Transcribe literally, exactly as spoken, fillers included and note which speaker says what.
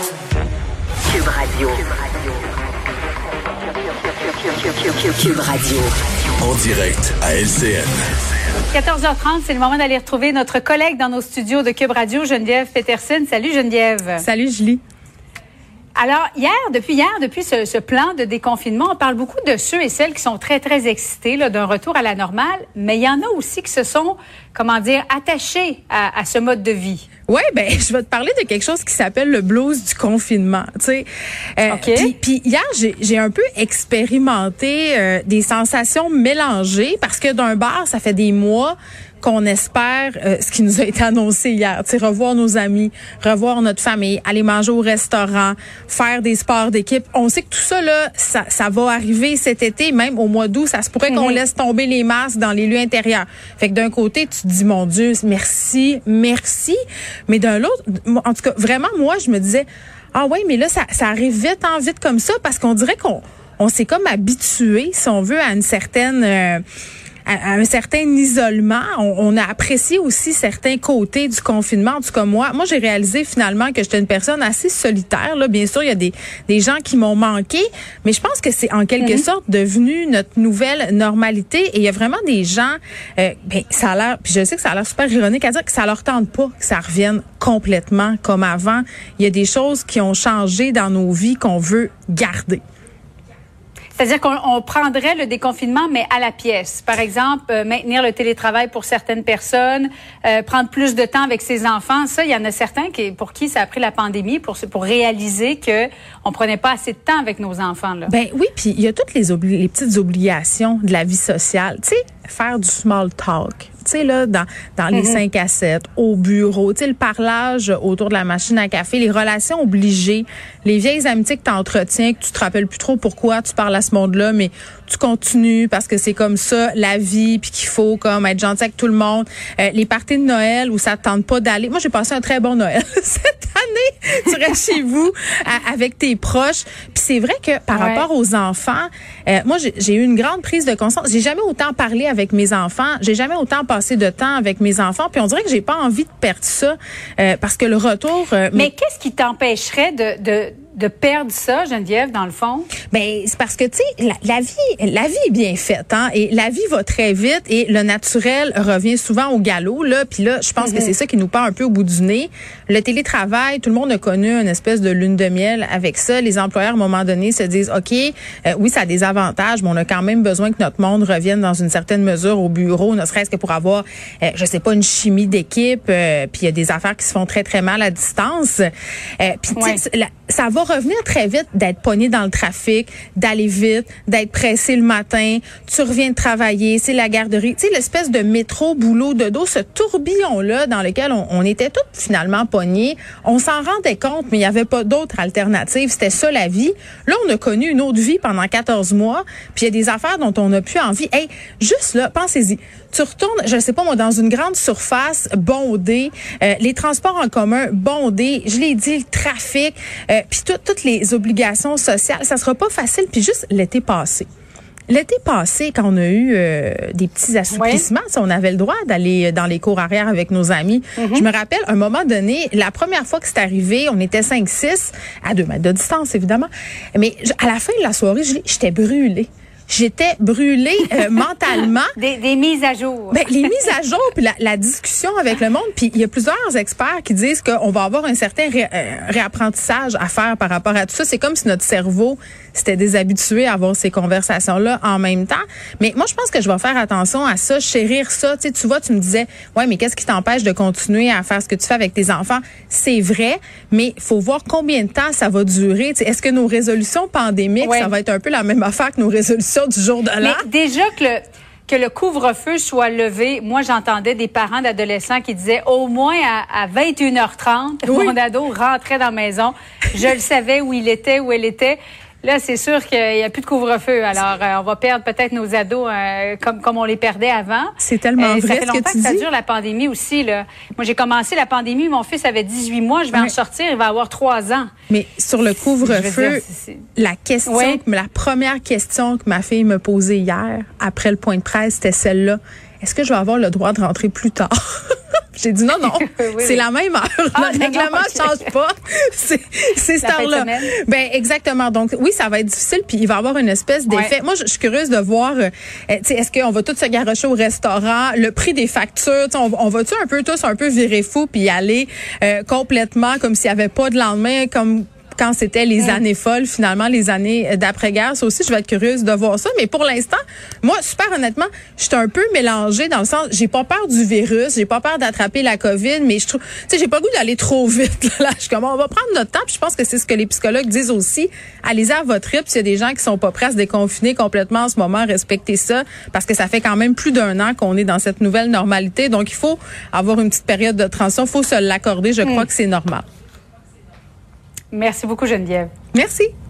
Speaker 1: Cube Radio. Cube Radio.
Speaker 2: En direct à L C N.
Speaker 3: quatorze heures trente, c'est le moment d'aller retrouver notre collègue dans nos studios de Cube Radio, Geneviève Peterson. Salut Geneviève.
Speaker 4: Salut Julie.
Speaker 3: Alors, hier, depuis hier, depuis ce, ce plan de déconfinement, on parle beaucoup de ceux et celles qui sont très, très excités là, d'un retour à la normale, mais il y en a aussi qui se sont, comment dire, attachés à, à ce mode de vie.
Speaker 4: Oui, ben je vais te parler de quelque chose qui s'appelle le blues du confinement. Tu sais, euh,
Speaker 3: OK.
Speaker 4: Puis hier, j'ai, j'ai un peu expérimenté euh, des sensations mélangées parce que d'un bar, ça fait des mois qu'on espère euh, ce qui nous a été annoncé hier, tu sais, revoir nos amis, revoir notre famille, aller manger au restaurant, faire des sports d'équipe. On sait que tout ça là, ça, ça va arriver cet été, même au mois d'août, ça se pourrait mm-hmm. qu'on laisse tomber les masques dans les lieux intérieurs. Fait que d'un côté, tu te dis mon Dieu, merci, merci, mais d'un autre, en tout cas, vraiment moi, je me disais ah ouais, mais là ça ça arrive vite en vite comme ça parce qu'on dirait qu'on on s'est comme habitué, si on veut, à une certaine euh, à un certain isolement. On, on a apprécié aussi certains côtés du confinement. En tout cas, moi, moi j'ai réalisé finalement que j'étais une personne assez solitaire. Là, bien sûr, il y a des, des gens qui m'ont manqué, mais je pense que c'est en quelque mm-hmm. sorte devenu notre nouvelle normalité. Et il y a vraiment des gens, euh, ben ça a l'air, puis je sais que ça a l'air super ironique à dire que ça leur tente pas que ça revienne complètement comme avant. Il y a des choses qui ont changé dans nos vies qu'on veut garder.
Speaker 3: C'est-à-dire qu'on on prendrait le déconfinement, mais à la pièce. Par exemple, euh, maintenir le télétravail pour certaines personnes, euh, prendre plus de temps avec ses enfants. Ça, il y en a certains qui, pour qui ça a pris la pandémie pour pour réaliser que on prenait pas assez de temps avec nos enfants là.
Speaker 4: Ben oui, puis il y a toutes les obli- les petites obligations de la vie sociale. Tu sais, faire du small talk. Tu sais, là, dans, dans les cinq à sept, au bureau, tu sais, le parlage autour de la machine à café, les relations obligées, les vieilles amitiés que tu entretiens, que tu te rappelles plus trop pourquoi tu parles à ce monde-là, mais tu continues parce que c'est comme ça, la vie, puis qu'il faut comme être gentil avec tout le monde. Euh, les parties de Noël où ça te tente pas d'aller. Moi, j'ai passé un très bon Noël cette année. Tu restes chez vous à, avec tes proches. Puis c'est vrai que par ouais. rapport aux enfants, euh, moi, j'ai, j'ai eu une grande prise de conscience. J'ai jamais autant parlé avec mes enfants. J'ai jamais autant passé de temps avec mes enfants. Puis on dirait que j'ai pas envie de perdre ça euh, parce que le retour... Euh,
Speaker 3: mais, mais qu'est-ce qui t'empêcherait de... de... de perdre ça, Geneviève, dans le fond?
Speaker 4: Ben c'est parce que tu sais la, la vie la vie est bien faite hein et la vie va très vite et le naturel revient souvent au galop là puis là je pense mm-hmm. que c'est ça qui nous part un peu au bout du nez. Le télétravail, tout le monde a connu une espèce de lune de miel avec ça. Les employeurs à un moment donné se disent OK, euh, oui, ça a des avantages, mais on a quand même besoin que notre monde revienne dans une certaine mesure au bureau, ne serait-ce que pour avoir euh, je sais pas une chimie d'équipe euh, puis il y a des affaires qui se font très très mal à distance. Euh, puis ouais. ça va revenir très vite d'être pogné dans le trafic, d'aller vite, d'être pressé le matin, tu reviens de travailler, c'est la garderie. Tu sais, l'espèce de métro, boulot, dodo, ce tourbillon-là dans lequel on, on était tous finalement pognés. On s'en rendait compte, mais il n'y avait pas d'autre alternative. C'était ça la vie. Là, on a connu une autre vie pendant quatorze mois, puis il y a des affaires dont on n'a plus envie. Hey, juste là, pensez-y. Tu retournes, je sais pas moi, dans une grande surface bondée, euh, les transports en commun bondés, je l'ai dit, le trafic, euh, puis tout, toutes les obligations sociales, ça sera pas facile. Puis juste l'été passé. L'été passé, quand on a eu euh, des petits assouplissements, ouais. on avait le droit d'aller dans les cours arrière avec nos amis. Mm-hmm. Je me rappelle, à un moment donné, la première fois que c'est arrivé, on était cinq six, à deux mètres de distance, évidemment. Mais à la fin de la soirée, j'étais brûlée. J'étais brûlée euh, mentalement.
Speaker 3: Des, des mises à jour.
Speaker 4: Ben, les mises à jour, puis la, la discussion avec le monde. Puis il y a plusieurs experts qui disent qu'on va avoir un certain ré, euh, réapprentissage à faire par rapport à tout ça. C'est comme si notre cerveau s'était déshabitué à avoir ces conversations-là en même temps. Mais moi, je pense que je vais faire attention à ça, chérir ça. Tu sais, tu vois, tu me disais, ouais, mais qu'est-ce qui t'empêche de continuer à faire ce que tu fais avec tes enfants? C'est vrai, mais il faut voir combien de temps ça va durer. Tu sais, est-ce que nos résolutions pandémiques, ouais. ça va être un peu la même affaire que nos résolutions du jour de l'an?
Speaker 3: Mais déjà que le, que le couvre-feu soit levé, moi, j'entendais des parents d'adolescents qui disaient au moins à, à vingt et une heures trente, oui. mon ado rentrait dans la maison. Je le savais où il était, où elle était. Là, c'est sûr qu'il n'y a plus de couvre-feu. Alors, euh, on va perdre peut-être nos ados euh, comme comme on les perdait avant.
Speaker 4: C'est tellement euh, vrai
Speaker 3: ça fait longtemps
Speaker 4: ce que tu
Speaker 3: que ça
Speaker 4: dis.
Speaker 3: dure la pandémie aussi. Là. Moi, j'ai commencé la pandémie. Mon fils avait dix-huit mois. Je vais oui. en sortir. Il va avoir trois ans.
Speaker 4: Mais sur le couvre-feu, dire, c'est, c'est... la question, oui. la première question que ma fille me posait hier, après le point de presse, c'était celle-là. est-ce que je vais avoir le droit de rentrer plus tard? J'ai dit non, non, oui, c'est oui. la même heure. Ah, le règlement ne change pas. C'est, c'est cette heure-là. Ben, exactement. Donc, oui, ça va être difficile, puis il va y avoir une espèce d'effet. Ouais. Moi, je, je suis curieuse de voir, euh, tu sais, est-ce qu'on va tous se garrocher au restaurant, le prix des factures, on, on va-tu un peu tous un peu virer fou puis y aller euh, complètement comme s'il n'y avait pas de lendemain, comme quand c'était les mmh. années folles, finalement, les années d'après-guerre. Ça aussi, je vais être curieuse de voir ça. Mais pour l'instant, moi, super honnêtement, je suis un peu mélangée dans le sens, j'ai pas peur du virus, j'ai pas peur d'attraper la COVID, mais je trouve, tu sais, j'ai pas le goût d'aller trop vite. Là, je suis comme, on va prendre notre temps. Puis je pense que c'est ce que les psychologues disent aussi. Allez-y à votre rythme. S'il y a des gens qui sont pas prêts à se déconfiner complètement en ce moment, respectez ça, parce que ça fait quand même plus d'un an qu'on est dans cette nouvelle normalité. Donc, il faut avoir une petite période de transition. Il faut se l'accorder. Je mmh. crois que c'est normal.
Speaker 3: Merci beaucoup, Geneviève.
Speaker 4: Merci.